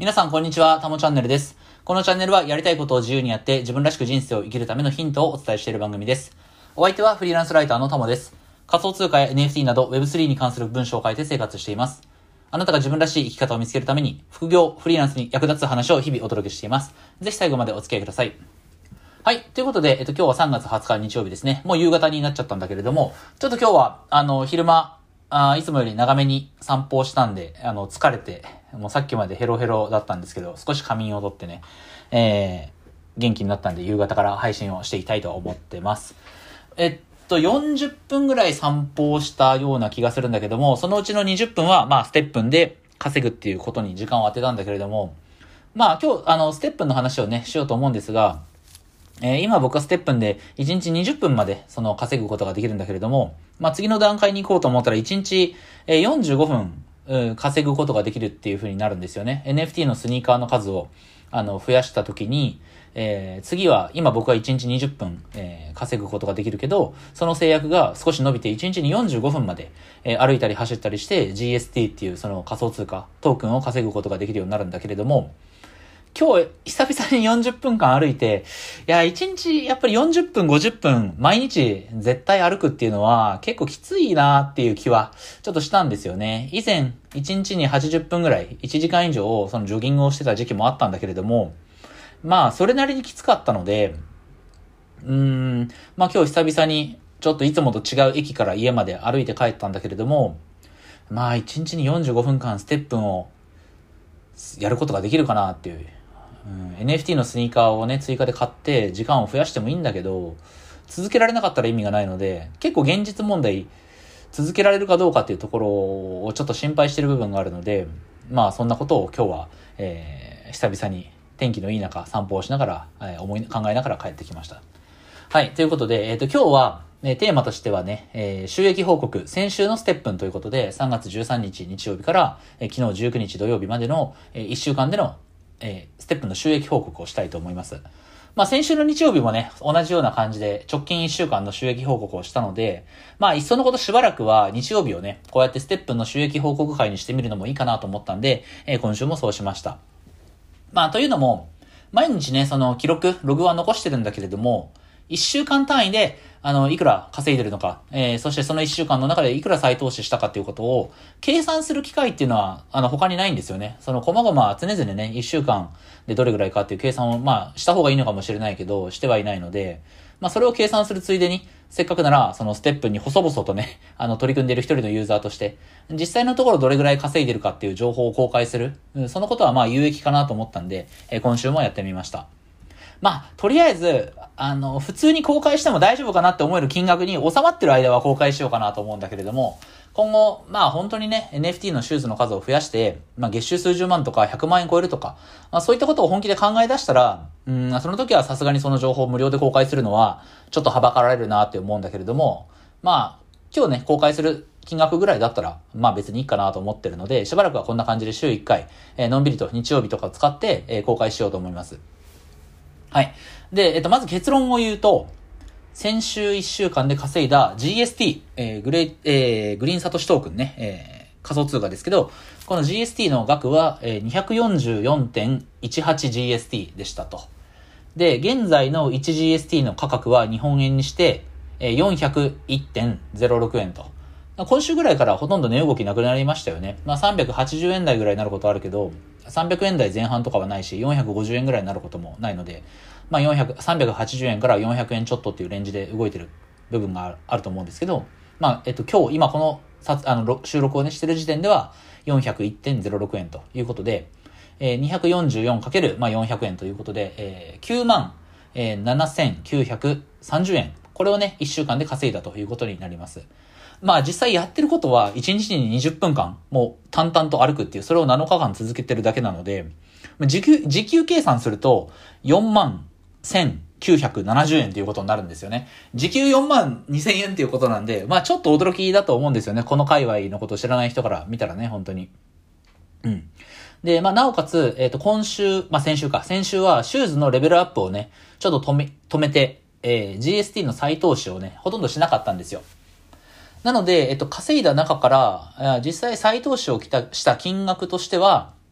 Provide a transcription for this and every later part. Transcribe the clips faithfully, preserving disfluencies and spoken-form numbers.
皆さんこんにちは、たもチャンネルです。このチャンネルはやりたいことを自由にやって自分らしく人生を生きるためのヒントをお伝えしている番組です。お相手はフリーランスライターのたもです。仮想通貨や エヌエフティー など ウェブスリー に関する文章を書いて生活しています。あなたが自分らしい生き方を見つけるために副業、フリーランスに役立つ話を日々お届けしています。ぜひ最後までお付き合いください。はい。ということで、えっと、今日はさんがつはつか日曜日ですね。もう夕方になっちゃったんだけれども、ちょっと今日は、あの、昼間、あいつもより長めに散歩をしたんで、あの、疲れて、もうさっきまでヘロヘロだったんですけど、少し仮眠をとってね、えー、元気になったんで、夕方から配信をしていきたいと思ってます。えっと、よんじゅっぷんぐらい散歩をしたような気がするんだけども、そのうちのにじゅっぷんは、まあ、ステップンで稼ぐっていうことに時間を当てたんだけれども、まあ、今日、あの、ステップンの話をね、しようと思うんですが、えー、今僕はステップンでいちにちにじゅっぷんまでその稼ぐことができるんだけれども、まあ次の段階に行こうと思ったらいちにちよんじゅうごふん、うん、稼ぐことができるっていう風になるんですよね。エヌエフティー のスニーカーの数をあの増やしたときに、えー、次は今僕はいちにちにじゅっぷん、えー、稼ぐことができるけど、その制約が少し伸びていちにちによんじゅうごふんまで、えー、歩いたり走ったりして ジーエスティー っていうその仮想通貨トークンを稼ぐことができるようになるんだけれども、今日、久々によんじゅっぷんかん歩いて、いや、いちにち、やっぱりよんじゅっぷん、ごじゅっぷん、毎日絶対歩くっていうのは結構きついなっていう気はちょっとしたんですよね。以前、いちにちにはちじゅっぷんぐらい、いちじかん以上、そのジョギングをしてた時期もあったんだけれども、まあ、それなりにきつかったので、うーん、まあ今日久々に、ちょっといつもと違う駅から家まで歩いて帰ったんだけれども、まあいちにちによんじゅうごふんかんステップンをやることができるかなっていう、うん、エヌエフティー のスニーカーをね、追加で買って時間を増やしてもいいんだけど、続けられなかったら意味がないので、結構現実問題、続けられるかどうかっていうところをちょっと心配してる部分があるので、まあそんなことを今日は、えー、久々に天気のいい中散歩をしながら、えー、思い、考えながら帰ってきました。はい、ということで、えっと今日は、えー、テーマとしてはね、えー、収益報告、先週のステップンということで、さんがつじゅうさんにち日曜日から、えー、昨日じゅうくにち土曜日までの、えー、いっしゅうかんでのえー、ステップの収益報告をしたいと思います。まあ先週の日曜日もね、同じような感じで直近いっしゅうかんの収益報告をしたので、まあいっそのことしばらくは日曜日をね、こうやってステップの収益報告会にしてみるのもいいかなと思ったんで、えー、今週もそうしました。まあというのも、毎日ね、その記録、ログは残してるんだけれども、いっしゅうかん単位で、あの、いくら稼いでるのか、えー、そしてそのいっしゅうかんの中でいくら再投資したかっていうことを、計算する機会っていうのは、あの、他にないんですよね。その、細々常々ね、いっしゅうかんでどれぐらいかっていう計算を、まあ、した方がいいのかもしれないけど、してはいないので、まあ、それを計算するついでに、せっかくなら、そのステップに細々とね、あの、取り組んでいる一人のユーザーとして、実際のところどれぐらい稼いでるかっていう情報を公開する。そのことはまあ、有益かなと思ったんで、えー、今週もやってみました。まあ、とりあえず、あの、普通に公開しても大丈夫かなって思える金額に収まってる間は公開しようかなと思うんだけれども、今後、まあ本当にね、エヌエフティー のシューズの数を増やして、まあ月収数十万とかひゃくまんえん超えるとか、まあそういったことを本気で考え出したら、うん、その時はさすがにその情報を無料で公開するのは、ちょっとはばかられるなって思うんだけれども、まあ、今日ね、公開する金額ぐらいだったら、まあ別にいいかなと思ってるので、しばらくはこんな感じで週いっかい、えー、のんびりと日曜日とかを使って、えー、公開しようと思います。はい。で、えっと、まず結論を言うと、先週いっしゅうかんで稼いだ ジーエスティー、えー、グレ、えー、グリーンサトシトークンね、えー、仮想通貨ですけど、この ジーエスティー の額は、えー、にひゃくよんじゅうよんてんいちはちジーエスティー でしたと。で、現在の いちジーエスティー の価格は日本円にして、えー、よんひゃくいってんぜろろくえんと。今週ぐらいからほとんど値動きなくなりましたよね。まあさんびゃくはちじゅうえん台ぐらいになることあるけど、さんびゃくえん台前半とかはないし、よんひゃくごじゅうえんぐらいになることもないので、まあよんひゃく、さんびゃくはちじゅうえんからよんひゃくえんちょっとっていうレンジで動いてる部分があると思うんですけど、まあ、えっと今日、今このあの収録をねしてる時点では よんひゃくいってんぜろろくえんということで、えー、にひゃくよんじゅうよんかけるまあよんひゃくえんということで、えー、きゅうまんななせんきゅうひゃくさんじゅうえん。これをね、いっしゅうかんで稼いだということになります。まあ実際やってることはいちにちににじゅっぷんかんもう淡々と歩くっていう、それをなのかかん続けてるだけなので、時給、時給計算するとよんまんせんきゅうひゃくななじゅうえんということになるんですよね。時給よんまんにせんえんっていうことなんで、まあちょっと驚きだと思うんですよね。この界隈のことを知らない人から見たらね、本当に。うん。で、まあなおかつ、えっと今週、まあ先週か、先週はシューズのレベルアップをね、ちょっと止め、止めて、えー、ジーエスティー の再投資をね、ほとんどしなかったんですよ。なので、えっと、稼いだ中から、実際再投資をした金額としては、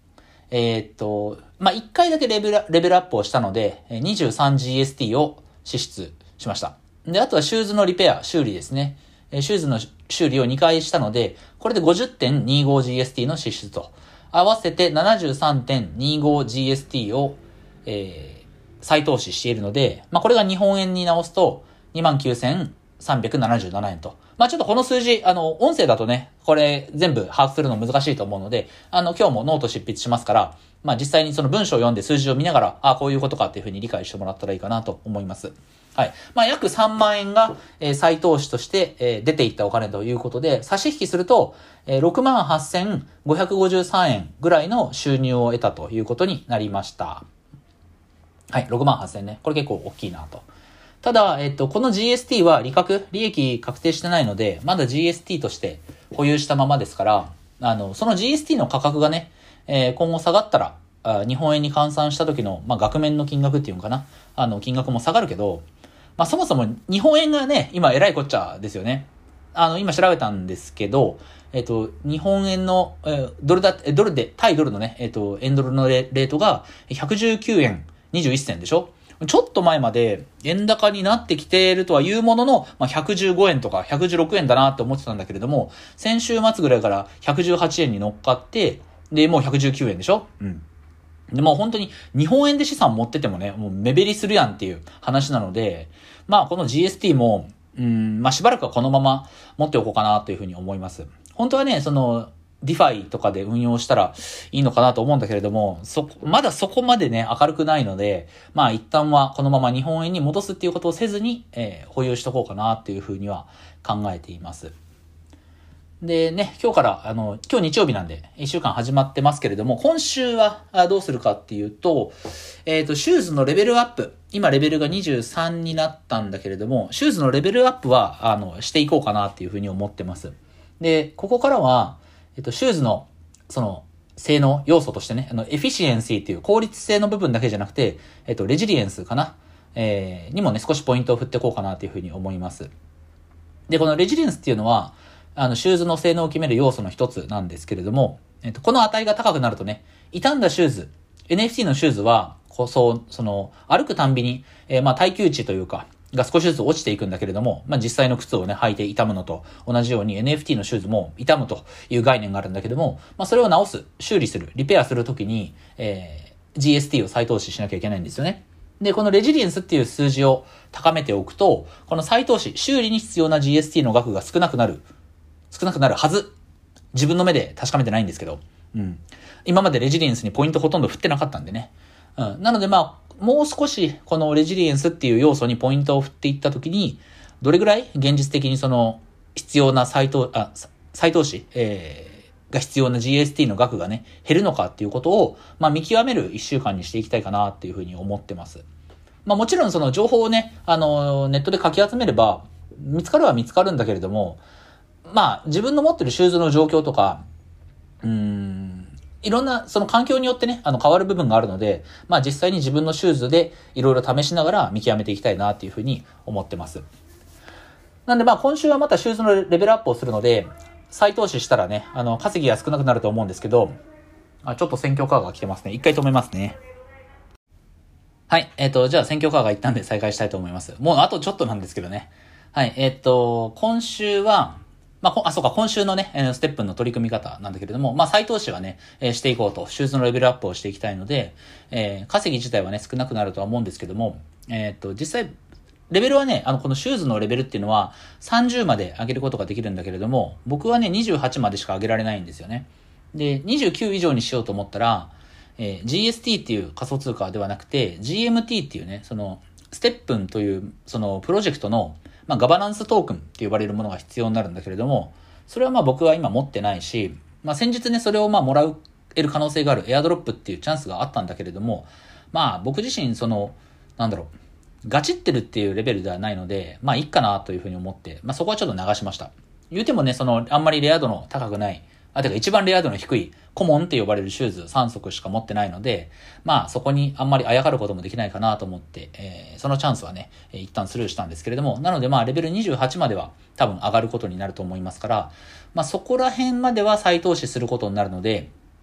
えーっと、まあ、いっかいだけレベル、レベルアップをしたので、にじゅうさんジーエスティー を支出しました。で、あとはシューズのリペア、修理ですね。シューズの修理をにかいしたので、これで ごじゅってんにじゅうごジーエスティー の支出と、合わせて ななじゅうさんてんにじゅうごジーエスティー を、えー、再投資しているので、まあ、これが日本円に直すと にまんきゅうせんさんびゃくななじゅうななえんと。まあ、ちょっとこの数字、あの、音声だとね、これ全部把握するの難しいと思うので、あの、今日もノート執筆しますから、まあ、実際にその文章を読んで数字を見ながら、ああ、こういうことかっていうふうに理解してもらったらいいかなと思います。はい。まあ、約さんまん円が、えー、再投資として、えー、出ていったお金ということで、差し引きすると、えー、ろくまんはっせんごひゃくごじゅうさんえんぐらいの収入を得たということになりました。はい。ろくまんはっせんね。これ結構大きいなと。ただ、えっと、この ジーエスティー は利確、利益確定してないので、まだ ジーエスティー として保有したままですから、あの、その ジーエスティー の価格がね、えー、今後下がったら、あ日本円に換算した時の、まあ、額面の金額っていうのかな。あの、金額も下がるけど、まあ、そもそも日本円がね、今えらいこっちゃですよね。あの、今調べたんですけど、えっと、日本円の、えー、ドルだ、ドルで、対ドルのね、えっと、円ドルのレートがひゃくじゅうきゅうえんにじゅういっせんでしょ？ちょっと前まで円高になってきているとはいうものの、まあ、ひゃくじゅうごえんとかひゃくじゅうろくえんだなって思ってたんだけれども、先週末ぐらいからひゃくじゅうはちえんに乗っかって、で、もうひゃくじゅうきゅうえんでしょ？うん。で、もう本当に日本円で資産持っててもね、もう目減りするやんっていう話なので、まあこの ジーエスティー も、うん、まあしばらくはこのまま持っておこうかなというふうに思います。本当はね、その、ディファイとかで運用したらいいのかなと思うんだけれども、そ、まだそこまでね、明るくないので、まあ一旦はこのまま日本円に戻すっていうことをせずに、えー、保有しとこうかなっていうふうには考えています。でね、今日から、あの、今日日曜日なんで、一週間始まってますけれども、今週はどうするかっていうと、えっと、シューズのレベルアップ。今レベルがにじゅうさんになったんだけれども、シューズのレベルアップは、あの、していこうかなっていうふうに思ってます。で、ここからは、えっと、シューズの、その、性能要素としてね、あの、エフィシエンシーっていう効率性の部分だけじゃなくて、えっと、レジリエンスかな、えー、にもね、少しポイントを振っていこうかなっていうふうに思います。で、このレジリエンスっていうのは、あの、シューズの性能を決める要素の一つなんですけれども、えっと、この値が高くなるとね、傷んだシューズ、エヌエフティー のシューズは、こう、そう、その、歩くたんびに、えー、まあ、耐久値というか、が少しずつ落ちていくんだけれども、まあ、実際の靴をね、履いて傷むのと同じように エヌエフティー のシューズも傷むという概念があるんだけども、まあ、それを直す、修理する、リペアするときに、えー、ジーエスティー を再投資しなきゃいけないんですよね。で、このレジリエンスっていう数字を高めておくと、この再投資、修理に必要な ジーエスティー の額が少なくなる、少なくなるはず。自分の目で確かめてないんですけど、うん。今までレジリエンスにポイントほとんど振ってなかったんでね。うん。なのでまあ、もう少しこのレジリエンスっていう要素にポイントを振っていったときに、どれぐらい現実的にその必要な再投、あ、再投資、えー、が必要な ジーエスティー の額がね、減るのかっていうことを、まあ見極める一週間にしていきたいかなっていうふうに思ってます。まあもちろんその情報をね、あの、ネットでかき集めれば、見つかるは見つかるんだけれども、まあ、自分の持ってるシューズの状況とか、うーん、いろんな、その環境によってね、あの、変わる部分があるので、まあ実際に自分のシューズでいろいろ試しながら見極めていきたいなっていうふうに思ってます。なんでまあ今週はまたシューズのレベルアップをするので、再投資したらね、あの、稼ぎが少なくなると思うんですけど、あ、ちょっと選挙カーが来てますね。一回止めますね。はい。えっと、じゃあ選挙カーが一旦で再開したいと思います。もうあとちょっとなんですけどね。はい。えっと、今週は、まあ、あ、そうか、今週のね、ステップの取り組み方なんだけれども、まあ、再投資はね、えー、していこうと、シューズのレベルアップをしていきたいので、えー、稼ぎ自体はね、少なくなるとは思うんですけども、えー、っと、実際、レベルはね、あの、このシューズのレベルっていうのは、さんじゅうまで上げることができるんだけれども、僕はね、にじゅうはちまでしか上げられないんですよね。で、にじゅうきゅう以上にしようと思ったら、えー、ジーエスティー っていう仮想通貨ではなくて、ジーエムティー っていうね、その、ステップンという、その、プロジェクトの、まあ、ガバナンストークンって呼ばれるものが必要になるんだけれども、それはまあ僕は今持ってないし、まあ先日ね、それをまあもらえる可能性があるエアドロップっていうチャンスがあったんだけれども、まあ僕自身その、なんだろう、ガチってるっていうレベルではないので、まあいいかなというふうに思って、まあそこはちょっと流しました。言うてもね、その、あんまりレア度の高くない、あ、てか一番レア度の低い、コモンって呼ばれるシューズさん足しか持ってないので、まあそこにあんまりあやかることもできないかなと思って、えー、そのチャンスはね、一旦スルーしたんですけれども、なのでまあレベルにじゅうはちまでは多分上がることになると思いますから、まあそこら辺までは再投資することになるので、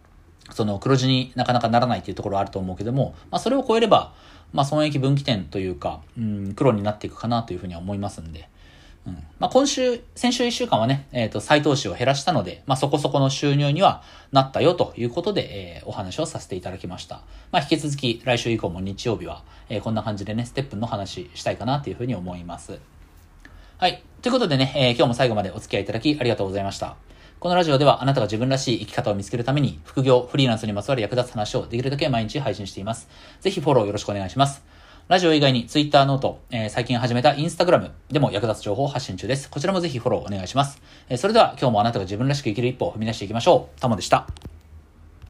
その黒字になかなかならないっていうところはあると思うけども、まあそれを超えれば、まあ損益分岐点というか、うん、黒になっていくかなというふうには思いますんで、うん、まあ今週、先週いっしゅうかんはね、えっと、再投資を減らしたので、まあそこそこの収入にはなったよということで、えー、お話をさせていただきました。まあ引き続き来週以降も日曜日は、えー、こんな感じでね、ステップの話したいかなというふうに思います。はい。ということでね、えー、今日も最後までお付き合いいただきありがとうございました。このラジオではあなたが自分らしい生き方を見つけるために副業、フリーランスにまつわる役立つ話をできるだけ毎日配信しています。ぜひフォローよろしくお願いします。ラジオ以外に Twitter、ノート、えー、最近始めた Instagram でも役立つ情報を発信中です。こちらもぜひフォローお願いします。えー、それでは今日もあなたが自分らしく生きる一歩を踏み出していきましょう。タモでした。